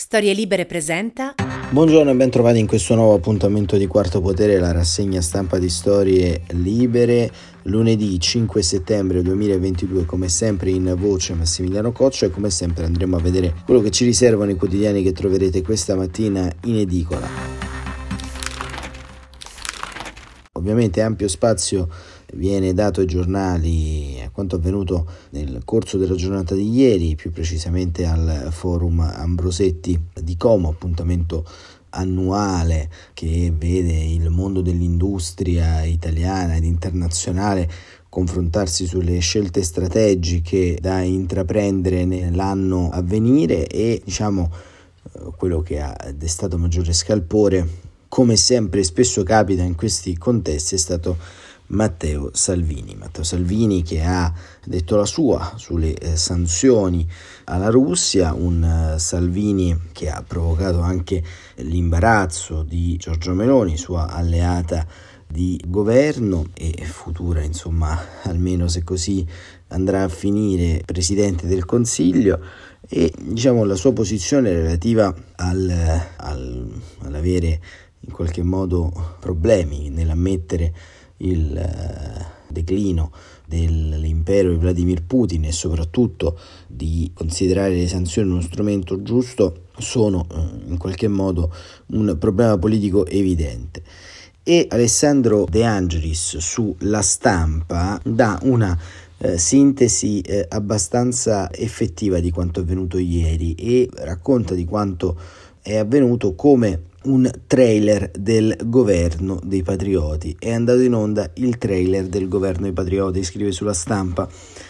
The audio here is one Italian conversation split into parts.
Storie Libere presenta. Buongiorno e ben trovati in questo nuovo appuntamento di Quarto Potere, la rassegna stampa di Storie Libere. Lunedì 5 settembre 2022, come sempre in voce Massimiliano Coccia, e come sempre andremo a vedere quello che ci riservano i quotidiani che troverete questa mattina in edicola. Ovviamente ampio spazio viene dato ai giornali a quanto avvenuto nel corso della giornata di ieri, più precisamente al Forum Ambrosetti di Como, appuntamento annuale che vede il mondo dell'industria italiana ed internazionale confrontarsi sulle scelte strategiche da intraprendere nell'anno a venire e quello che ha destato maggiore scalpore, come sempre spesso capita in questi contesti, è stato Matteo Salvini che ha detto la sua sulle sanzioni alla Russia, un Salvini che ha provocato anche l'imbarazzo di Giorgia Meloni, sua alleata di governo e futura, almeno se così andrà a finire, Presidente del Consiglio, e la sua posizione relativa all'avere in qualche modo problemi nell'ammettere il declino dell'impero di Vladimir Putin e soprattutto di considerare le sanzioni uno strumento giusto sono in qualche modo un problema politico evidente. E Alessandro De Angelis su La Stampa dà una sintesi abbastanza effettiva di quanto avvenuto ieri e racconta di quanto è avvenuto come un trailer del governo dei patrioti. È andato in onda il trailer del governo dei patrioti, scrive sulla Stampa.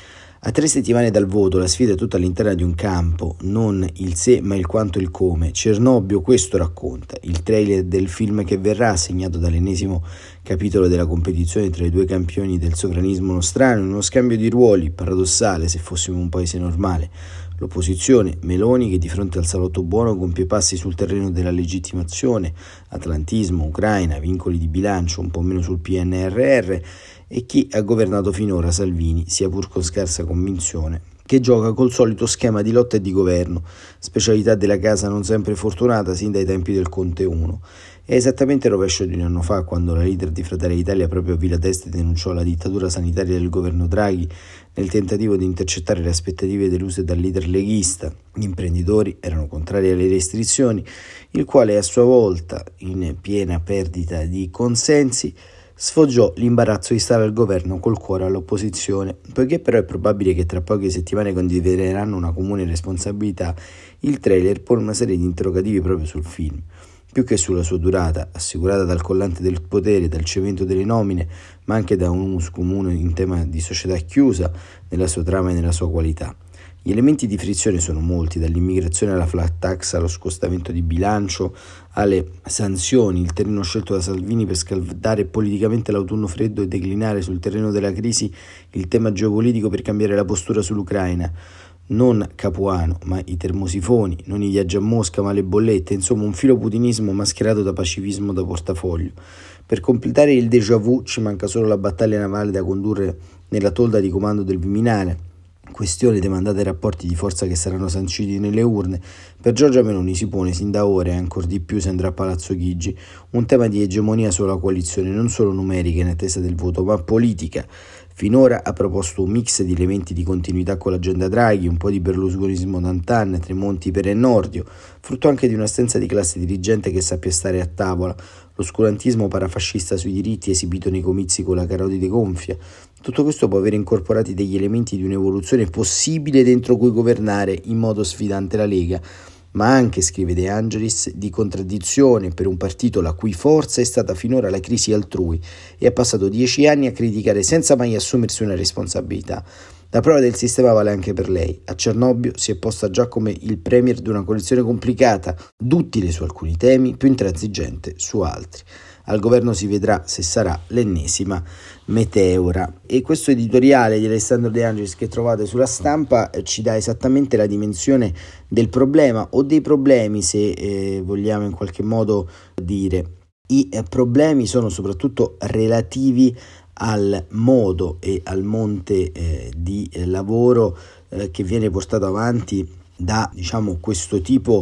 A 3 settimane dal voto la sfida è tutta all'interno di un campo, non il se ma il quanto e il come. Cernobbio questo racconta. Il trailer del film che verrà, segnato dall'ennesimo capitolo della competizione tra i due campioni del sovranismo nostrano, in uno scambio di ruoli paradossale se fossimo un paese normale. L'opposizione, Meloni, che di fronte al salotto buono compie passi sul terreno della legittimazione, atlantismo, Ucraina, vincoli di bilancio, un po' meno sul PNRR, e chi ha governato finora, Salvini, sia pur con scarsa convinzione, che gioca col solito schema di lotta e di governo, specialità della casa non sempre fortunata sin dai tempi del Conte 1. È esattamente il rovescio di un anno fa, quando la leader di Fratelli d'Italia proprio a Villa D'Este denunciò la dittatura sanitaria del governo Draghi nel tentativo di intercettare le aspettative deluse dal leader leghista. Gli imprenditori erano contrari alle restrizioni, il quale a sua volta, in piena perdita di consensi, sfoggiò l'imbarazzo di stare al governo col cuore all'opposizione. Poiché però è probabile che tra poche settimane condivideranno una comune responsabilità, il trailer pone una serie di interrogativi proprio sul film. Più che sulla sua durata, assicurata dal collante del potere, dal cemento delle nomine, ma anche da un humus comune in tema di società chiusa, nella sua trama e nella sua qualità. Gli elementi di frizione sono molti, dall'immigrazione alla flat tax, allo scostamento di bilancio, alle sanzioni, il terreno scelto da Salvini per scaldare politicamente l'autunno freddo e declinare sul terreno della crisi il tema geopolitico per cambiare la postura sull'Ucraina. Non Capuano, ma i termosifoni, non i viaggi a Mosca, ma le bollette, insomma un filo putinismo mascherato da pacifismo da portafoglio. Per completare il déjà vu ci manca solo la battaglia navale da condurre nella tolda di comando del Viminale, questione demandata ai rapporti di forza che saranno sanciti nelle urne. Per Giorgia Meloni si pone sin da ora, e ancor di più se andrà a Palazzo Chigi, un tema di egemonia sulla coalizione, non solo numerica in attesa del voto, ma politica. Finora ha proposto un mix di elementi di continuità con l'agenda Draghi, un po' di berlusconismo d'antan, Tremonti per Nordio, frutto anche di un'assenza di classe dirigente che sappia stare a tavola, l'oscurantismo parafascista sui diritti esibito nei comizi con la carotide gonfia. Tutto questo può avere incorporati degli elementi di un'evoluzione possibile dentro cui governare in modo sfidante la Lega, ma anche, scrive De Angelis, di contraddizione per un partito la cui forza è stata finora la crisi altrui e ha passato 10 anni a criticare senza mai assumersi una responsabilità. La prova del sistema vale anche per lei. A Cernobbio si è posta già come il premier di una coalizione complicata, duttile su alcuni temi, più intransigente su altri. Al governo si vedrà se sarà l'ennesima meteora. E questo editoriale di Alessandro De Angelis che trovate sulla Stampa ci dà esattamente la dimensione del problema o dei problemi, se vogliamo in qualche modo dire. I problemi sono soprattutto relativi al modo e al monte di lavoro che viene portato avanti da questo tipo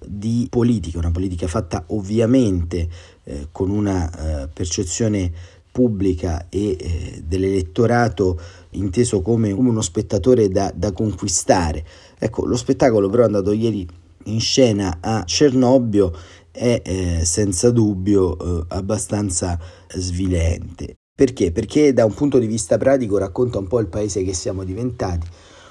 di politica, una politica fatta ovviamente con una percezione pubblica e dell'elettorato inteso come uno spettatore da conquistare. Ecco, lo spettacolo però andato ieri in scena a Cernobbio è senza dubbio abbastanza svilente. Perché? Perché da un punto di vista pratico racconta un po' il paese che siamo diventati,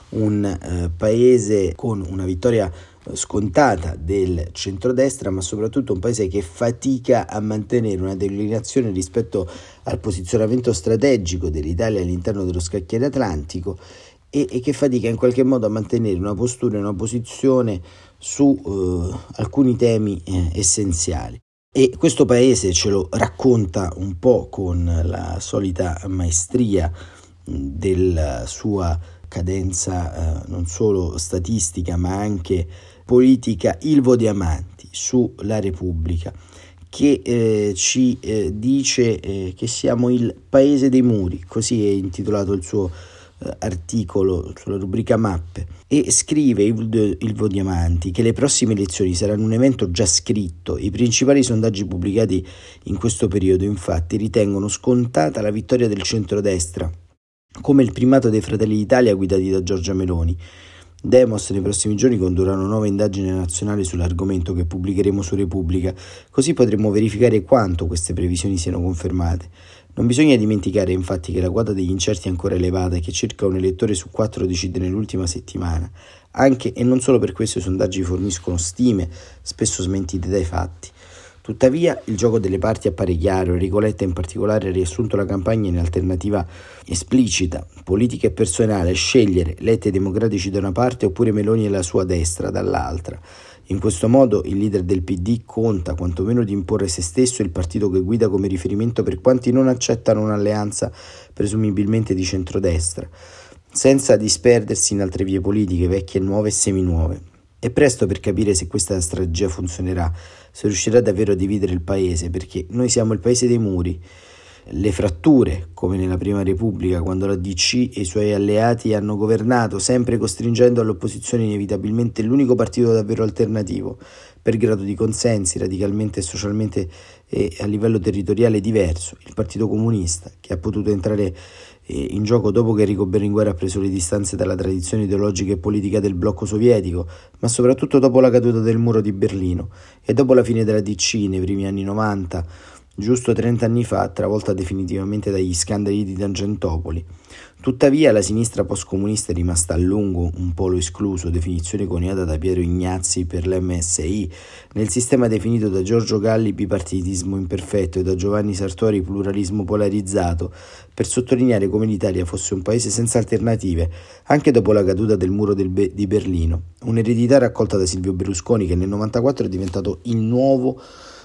un paese con una vittoria scontata del centrodestra, ma soprattutto un paese che fatica a mantenere una declinazione rispetto al posizionamento strategico dell'Italia all'interno dello scacchiere atlantico e che fatica in qualche modo a mantenere una postura e una posizione su alcuni temi essenziali. E questo paese ce lo racconta un po' con la solita maestria della sua cadenza non solo statistica ma anche politica, Ilvo Diamanti su La Repubblica, che ci dice che siamo il paese dei muri, così è intitolato il suo articolo sulla rubrica mappe, e scrive Ilvo Diamanti che le prossime elezioni saranno un evento già scritto. I principali sondaggi pubblicati in questo periodo infatti ritengono scontata la vittoria del centrodestra, come il primato dei Fratelli d'Italia guidati da Giorgia Meloni. Demos nei prossimi giorni condurranno nuove indagini nazionali sull'argomento che pubblicheremo su Repubblica, così potremo verificare quanto queste previsioni siano confermate. Non bisogna dimenticare infatti che la quota degli incerti è ancora elevata e che circa un elettore su 4 decide nell'ultima settimana. Anche e non solo per questo i sondaggi forniscono stime, spesso smentite dai fatti. Tuttavia il gioco delle parti appare chiaro. Enrico Letta in particolare ha riassunto la campagna in alternativa esplicita, politica e personale: scegliere Letta e i democratici da una parte oppure Meloni e la sua destra dall'altra. In questo modo il leader del PD conta quantomeno di imporre se stesso e il partito che guida come riferimento per quanti non accettano un'alleanza presumibilmente di centrodestra, senza disperdersi in altre vie politiche, vecchie, nuove e seminuove. È presto per capire se questa strategia funzionerà, se riuscirà davvero a dividere il paese, perché noi siamo il paese dei muri. Le fratture, come nella Prima Repubblica, quando la DC e i suoi alleati hanno governato, sempre costringendo all'opposizione inevitabilmente l'unico partito davvero alternativo, per grado di consensi radicalmente e socialmente e a livello territoriale diverso, il Partito Comunista, che ha potuto entrare in gioco dopo che Enrico Berlinguer ha preso le distanze dalla tradizione ideologica e politica del blocco sovietico, ma soprattutto dopo la caduta del muro di Berlino e dopo la fine della DC nei primi anni 90, giusto 30 anni fa, travolta definitivamente dagli scandali di Tangentopoli. Tuttavia la sinistra postcomunista è rimasta a lungo un polo escluso, definizione coniata da Piero Ignazzi per l'MSI, nel sistema definito da Giorgio Galli bipartitismo imperfetto e da Giovanni Sartori pluralismo polarizzato, per sottolineare come l'Italia fosse un paese senza alternative, anche dopo la caduta del muro di Berlino, un'eredità raccolta da Silvio Berlusconi, che nel 1994 è diventato il nuovo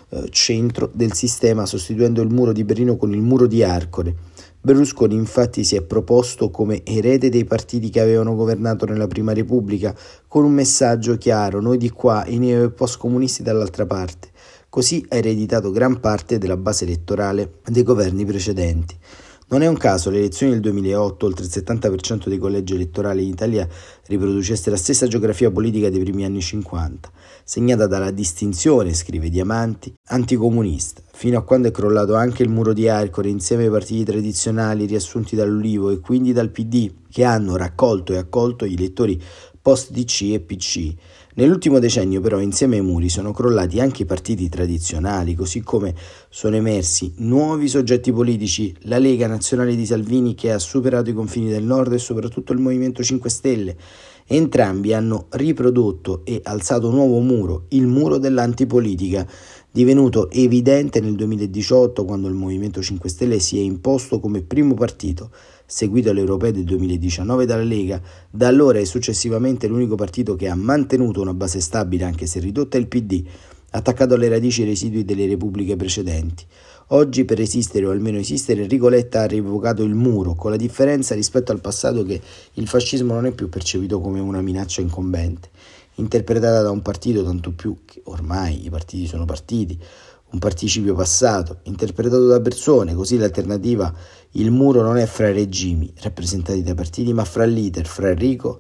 centro del sistema, sostituendo il muro di Berlino con il muro di Arcore. Berlusconi infatti si è proposto come erede dei partiti che avevano governato nella Prima Repubblica, con un messaggio chiaro: noi di qua, i neo e post-comunisti dall'altra parte. Così ha ereditato gran parte della base elettorale dei governi precedenti. Non è un caso, le elezioni del 2008, oltre il 70% dei collegi elettorali in Italia riproducesse la stessa geografia politica dei primi anni 50, segnata dalla distinzione, scrive Diamanti, anticomunista, fino a quando è crollato anche il muro di Arcore insieme ai partiti tradizionali riassunti dall'Ulivo e quindi dal PD, che hanno raccolto e accolto gli elettori post-DC e PC. Nell'ultimo decennio però insieme ai muri sono crollati anche i partiti tradizionali, così come sono emersi nuovi soggetti politici, la Lega Nazionale di Salvini, che ha superato i confini del nord, e soprattutto il Movimento 5 Stelle. Entrambi hanno riprodotto e alzato un nuovo muro, il muro dell'antipolitica, divenuto evidente nel 2018 quando il Movimento 5 Stelle si è imposto come primo partito, seguito alle europee del 2019 dalla Lega. Da allora e successivamente l'unico partito che ha mantenuto una base stabile, anche se ridotta, è il PD, attaccato alle radici residui delle repubbliche precedenti. Oggi, per resistere o almeno esistere, Enrico Letta ha rivocato il muro, con la differenza rispetto al passato che il fascismo non è più percepito come una minaccia incombente, interpretata da un partito, tanto più che ormai i partiti sono partiti, un participio passato, interpretato da persone. Così l'alternativa, il muro, non è fra i regimi rappresentati dai partiti, ma fra leader, fra Enrico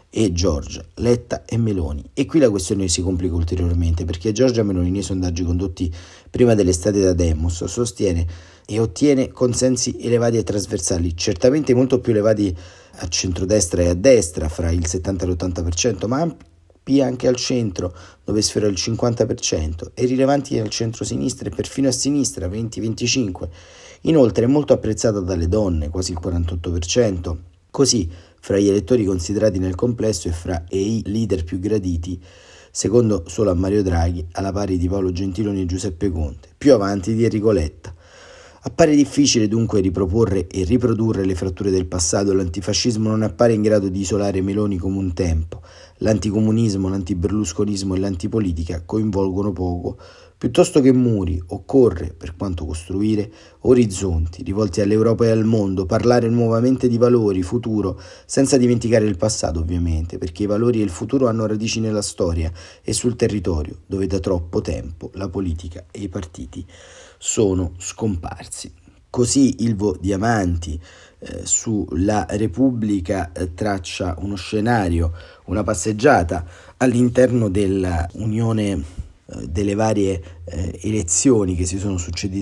e Giorgia, Letta e Meloni. E qui la questione si complica ulteriormente, perché Giorgia Meloni, nei sondaggi condotti prima dell'estate da Demos, sostiene e ottiene consensi elevati e trasversali, certamente molto più elevati a centrodestra e a destra, fra il 70 e l'80%, ma ampi anche al centro, dove sfiora il 50%, e rilevanti al centro-sinistra e perfino a sinistra, 20-25%. Inoltre è molto apprezzata dalle donne, quasi il 48%, così fra gli elettori considerati nel complesso e fra i leader più graditi, secondo solo a Mario Draghi, alla pari di Paolo Gentiloni e Giuseppe Conte, più avanti di Enrico Letta. Appare difficile dunque riproporre e riprodurre le fratture del passato. L'antifascismo non appare in grado di isolare Meloni come un tempo. L'anticomunismo, l'antiberlusconismo e l'antipolitica coinvolgono poco. Piuttosto che muri, occorre, per quanto costruire, orizzonti rivolti all'Europa e al mondo, parlare nuovamente di valori, futuro, senza dimenticare il passato ovviamente, perché i valori e il futuro hanno radici nella storia e sul territorio, dove da troppo tempo la politica e i partiti sono scomparsi. Così Ilvo Diamanti sulla Repubblica traccia uno scenario, una passeggiata all'interno della Unione delle varie elezioni che si sono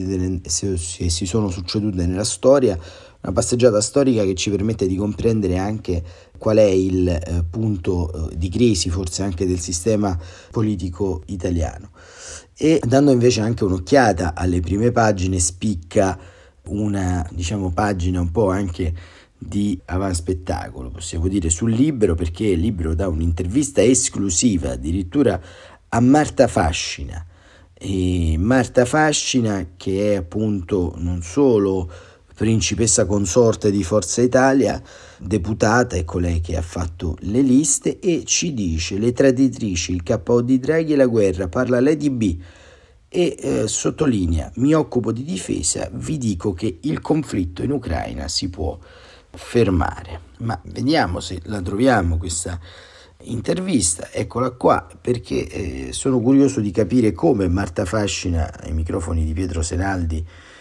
succedute nella storia, una passeggiata storica che ci permette di comprendere anche qual è il punto di crisi forse anche del sistema politico italiano. E dando invece anche un'occhiata alle prime pagine spicca una pagina un po' anche di avanspettacolo, possiamo dire, sul Libero, perché il Libero dà un'intervista esclusiva addirittura a Marta Fascina, e Marta Fascina, che è appunto non solo principessa consorte di Forza Italia, deputata, è colei che ha fatto le liste, e ci dice: le traditrici, il KO di Draghi e la guerra, parla Lady B e sottolinea: mi occupo di difesa, vi dico che il conflitto in Ucraina si può fermare. Ma vediamo se la troviamo questa intervista, eccola qua, perché sono curioso di capire come Marta Fascina, ai microfoni di Pietro Senaldi,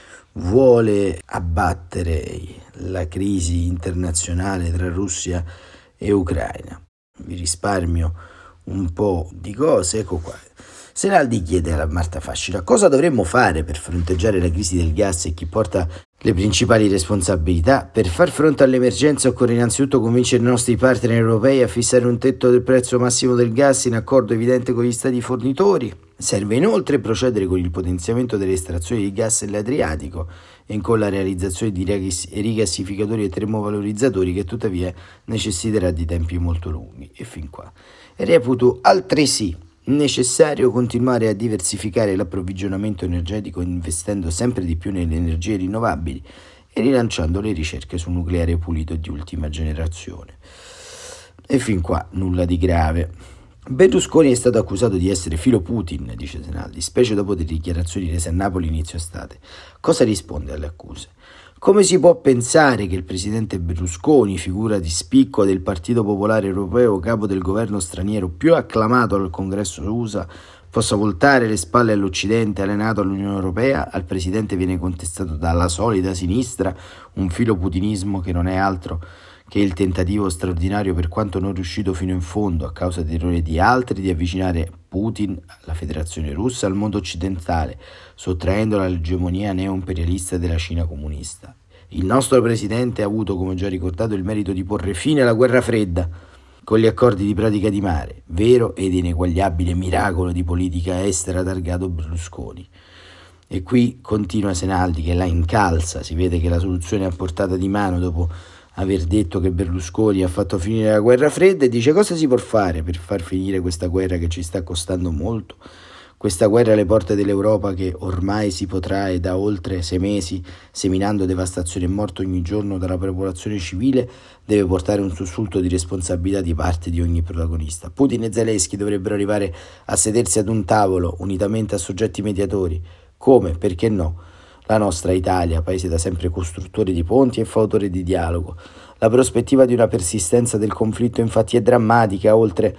vuole abbattere la crisi internazionale tra Russia e Ucraina. Vi risparmio un po' di cose, ecco qua. Senaldi chiede a Marta Fascina: cosa dovremmo fare per fronteggiare la crisi del gas e chi porta le principali responsabilità? Per far fronte all'emergenza occorre innanzitutto convincere i nostri partner europei a fissare un tetto del prezzo massimo del gas in accordo evidente con gli stati fornitori. Serve inoltre procedere con il potenziamento delle estrazioni di gas nell'Adriatico e con la realizzazione di rigassificatori e termovalorizzatori, che tuttavia necessiterà di tempi molto lunghi. E fin qua. Reputo altresì necessario continuare a diversificare l'approvvigionamento energetico investendo sempre di più nelle energie rinnovabili e rilanciando le ricerche sul nucleare pulito di ultima generazione. E fin qua nulla di grave. Berlusconi è stato accusato di essere filo Putin, dice Senaldi, specie dopo le dichiarazioni rese a Napoli inizio estate. Cosa risponde alle accuse? Come si può pensare che il presidente Berlusconi, figura di spicco del Partito Popolare Europeo, capo del governo straniero più acclamato al Congresso USA, possa voltare le spalle all'Occidente, alle NATO, all'Unione Europea? Al presidente viene contestato dalla solita sinistra un filoputinismo che non è altro che il tentativo straordinario, per quanto non riuscito fino in fondo a causa di errori di altri, di avvicinare Putin, la Federazione Russa, al mondo occidentale, sottraendola all'egemonia neo-imperialista della Cina comunista. Il nostro presidente ha avuto, come già ricordato, il merito di porre fine alla guerra fredda con gli accordi di Pratica di Mare, vero ed ineguagliabile miracolo di politica estera targato Berlusconi. E qui continua Senaldi, che la incalza, si vede che la soluzione è a portata di mano dopo aver detto che Berlusconi ha fatto finire la guerra fredda, e dice: cosa si può fare per far finire questa guerra che ci sta costando molto? Questa guerra alle porte dell'Europa, che ormai si protrae da oltre 6 mesi, seminando devastazione e morte ogni giorno dalla popolazione civile, deve portare un sussulto di responsabilità di parte di ogni protagonista. Putin e Zelensky dovrebbero arrivare a sedersi ad un tavolo, unitamente a soggetti mediatori, come, perché no, la nostra Italia, paese da sempre costruttore di ponti e fautore di dialogo. La prospettiva di una persistenza del conflitto infatti è drammatica, oltre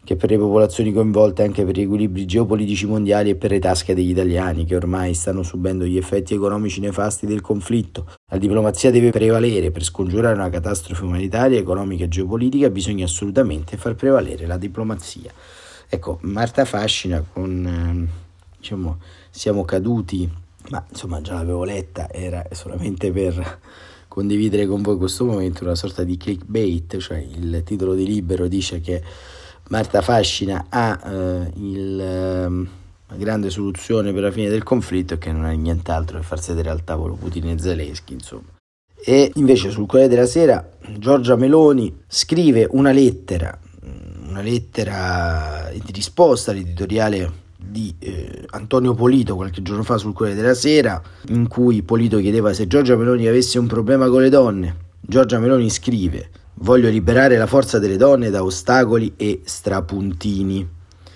che per le popolazioni coinvolte, anche per gli equilibri geopolitici mondiali e per le tasche degli italiani che ormai stanno subendo gli effetti economici nefasti del conflitto. La diplomazia deve prevalere. Per scongiurare una catastrofe umanitaria, economica e geopolitica bisogna assolutamente far prevalere la diplomazia. Ecco, Marta Fascina con, siamo caduti, ma insomma già l'avevo letta, era solamente per condividere con voi questo momento, una sorta di clickbait, cioè il titolo di Libero dice che Marta Fascina ha la grande soluzione per la fine del conflitto e che non è nient'altro che far sedere al tavolo Putin e Zelensky, insomma. E invece sul Corriere della Sera Giorgia Meloni scrive una lettera di risposta all'editoriale di Antonio Polito qualche giorno fa sul Corriere della Sera, in cui Polito chiedeva se Giorgia Meloni avesse un problema con le donne. Giorgia Meloni scrive: voglio liberare la forza delle donne da ostacoli e strapuntini.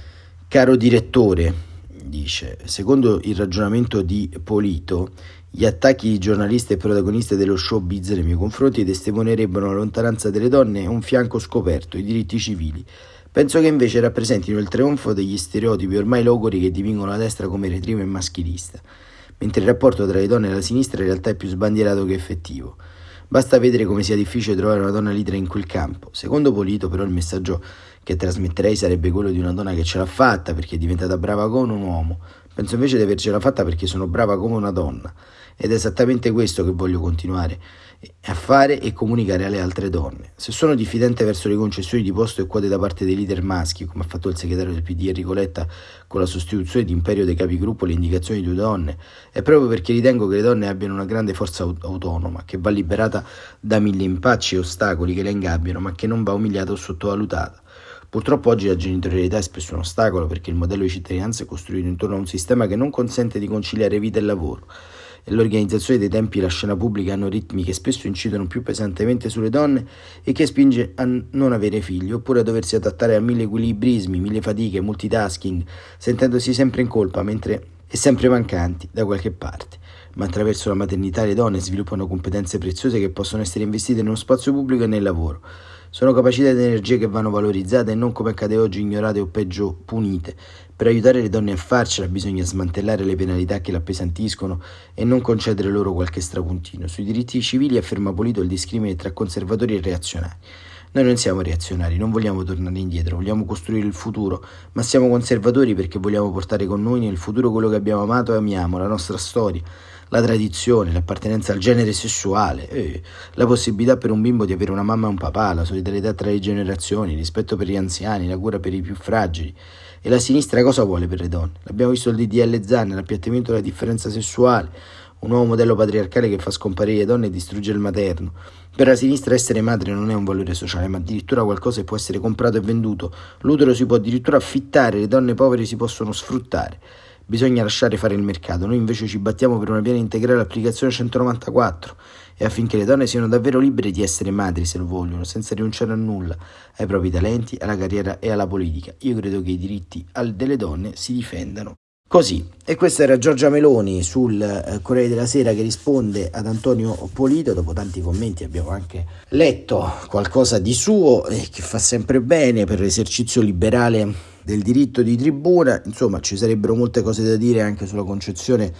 Caro direttore, dice, secondo il ragionamento di Polito, gli attacchi di giornalisti e protagonisti dello showbiz nei miei confronti testimonierebbero la lontananza delle donne e un fianco scoperto, i diritti civili. Penso che invece rappresentino il trionfo degli stereotipi ormai logori che dipingono la destra come retriva e maschilista, mentre il rapporto tra le donne e la sinistra in realtà è più sbandierato che effettivo. Basta vedere come sia difficile trovare una donna leader in quel campo. Secondo Polito, però, il messaggio che trasmetterei sarebbe quello di una donna che ce l'ha fatta perché è diventata brava come un uomo. Penso invece di avercela fatta perché sono brava come una donna. Ed è esattamente questo che voglio continuare a fare e comunicare alle altre donne. Se sono diffidente verso le concessioni di posto e quote da parte dei leader maschi, come ha fatto il segretario del PD Enrico Letta con la sostituzione di imperio dei capigruppo e le indicazioni di due donne, è proprio perché ritengo che le donne abbiano una grande forza autonoma, che va liberata da mille impacci e ostacoli che la ingabbiano, ma che non va umiliata o sottovalutata. Purtroppo oggi la genitorialità è spesso un ostacolo perché il modello di cittadinanza è costruito intorno a un sistema che non consente di conciliare vita e lavoro, e l'organizzazione dei tempi e la scena pubblica hanno ritmi che spesso incidono più pesantemente sulle donne e che spinge a non avere figli, oppure a doversi adattare a mille equilibrismi, mille fatiche, multitasking, sentendosi sempre in colpa e sempre mancanti da qualche parte. Ma attraverso la maternità le donne sviluppano competenze preziose che possono essere investite nello spazio pubblico e nel lavoro. Sono capacità ed energie che vanno valorizzate e non, come accade oggi, ignorate o peggio punite. Per aiutare le donne a farcela bisogna smantellare le penalità che l'appesantiscono e non concedere loro qualche strapuntino. Sui diritti civili afferma Polito il discrimine tra conservatori e reazionari. Noi non siamo reazionari, non vogliamo tornare indietro, vogliamo costruire il futuro, ma siamo conservatori perché vogliamo portare con noi nel futuro quello che abbiamo amato e amiamo, la nostra storia, la tradizione, l'appartenenza al genere sessuale, la possibilità per un bimbo di avere una mamma e un papà, la solidarietà tra le generazioni, il rispetto per gli anziani, la cura per i più fragili. E la sinistra cosa vuole per le donne? L'abbiamo visto il DDL Zan, l'appiattimento della differenza sessuale, un nuovo modello patriarcale che fa scomparire le donne e distrugge il materno. Per la sinistra essere madre non è un valore sociale, ma addirittura qualcosa che può essere comprato e venduto. L'utero si può addirittura affittare, le donne povere si possono sfruttare. Bisogna lasciare fare il mercato. Noi invece ci battiamo per una piena integrale applicazione 194 e affinché le donne siano davvero libere di essere madri se lo vogliono, senza rinunciare a nulla, ai propri talenti, alla carriera e alla politica. Io credo che i diritti delle donne si difendano così. E questa era Giorgia Meloni sul Corriere della Sera che risponde ad Antonio Polito. Dopo tanti commenti abbiamo anche letto qualcosa di suo che fa sempre bene per l'esercizio liberale del diritto di tribuna. Insomma, ci sarebbero molte cose da dire anche sulla concezione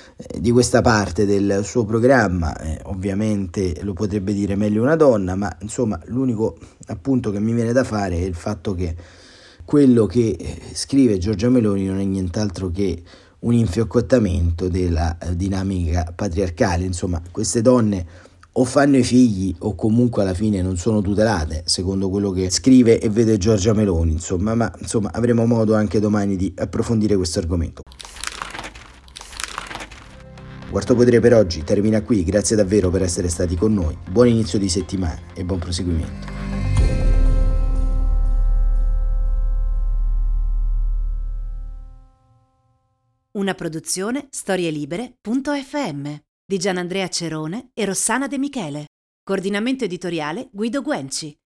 di questa parte del suo programma. Ovviamente lo potrebbe dire meglio una donna, ma insomma l'unico appunto che mi viene da fare è il fatto che quello che scrive Giorgia Meloni non è nient'altro che un infioccoltamento della dinamica patriarcale. Insomma, queste donne o fanno i figli o comunque alla fine non sono tutelate, secondo quello che scrive e vede Giorgia Meloni. Ma avremo modo anche domani di approfondire questo argomento. Quarto Potere per oggi termina qui, grazie davvero per essere stati con noi, buon inizio di settimana e buon proseguimento. Una produzione storielibere.fm di Gianandrea Cerone e Rossana De Michele. Coordinamento editoriale Guido Guenci.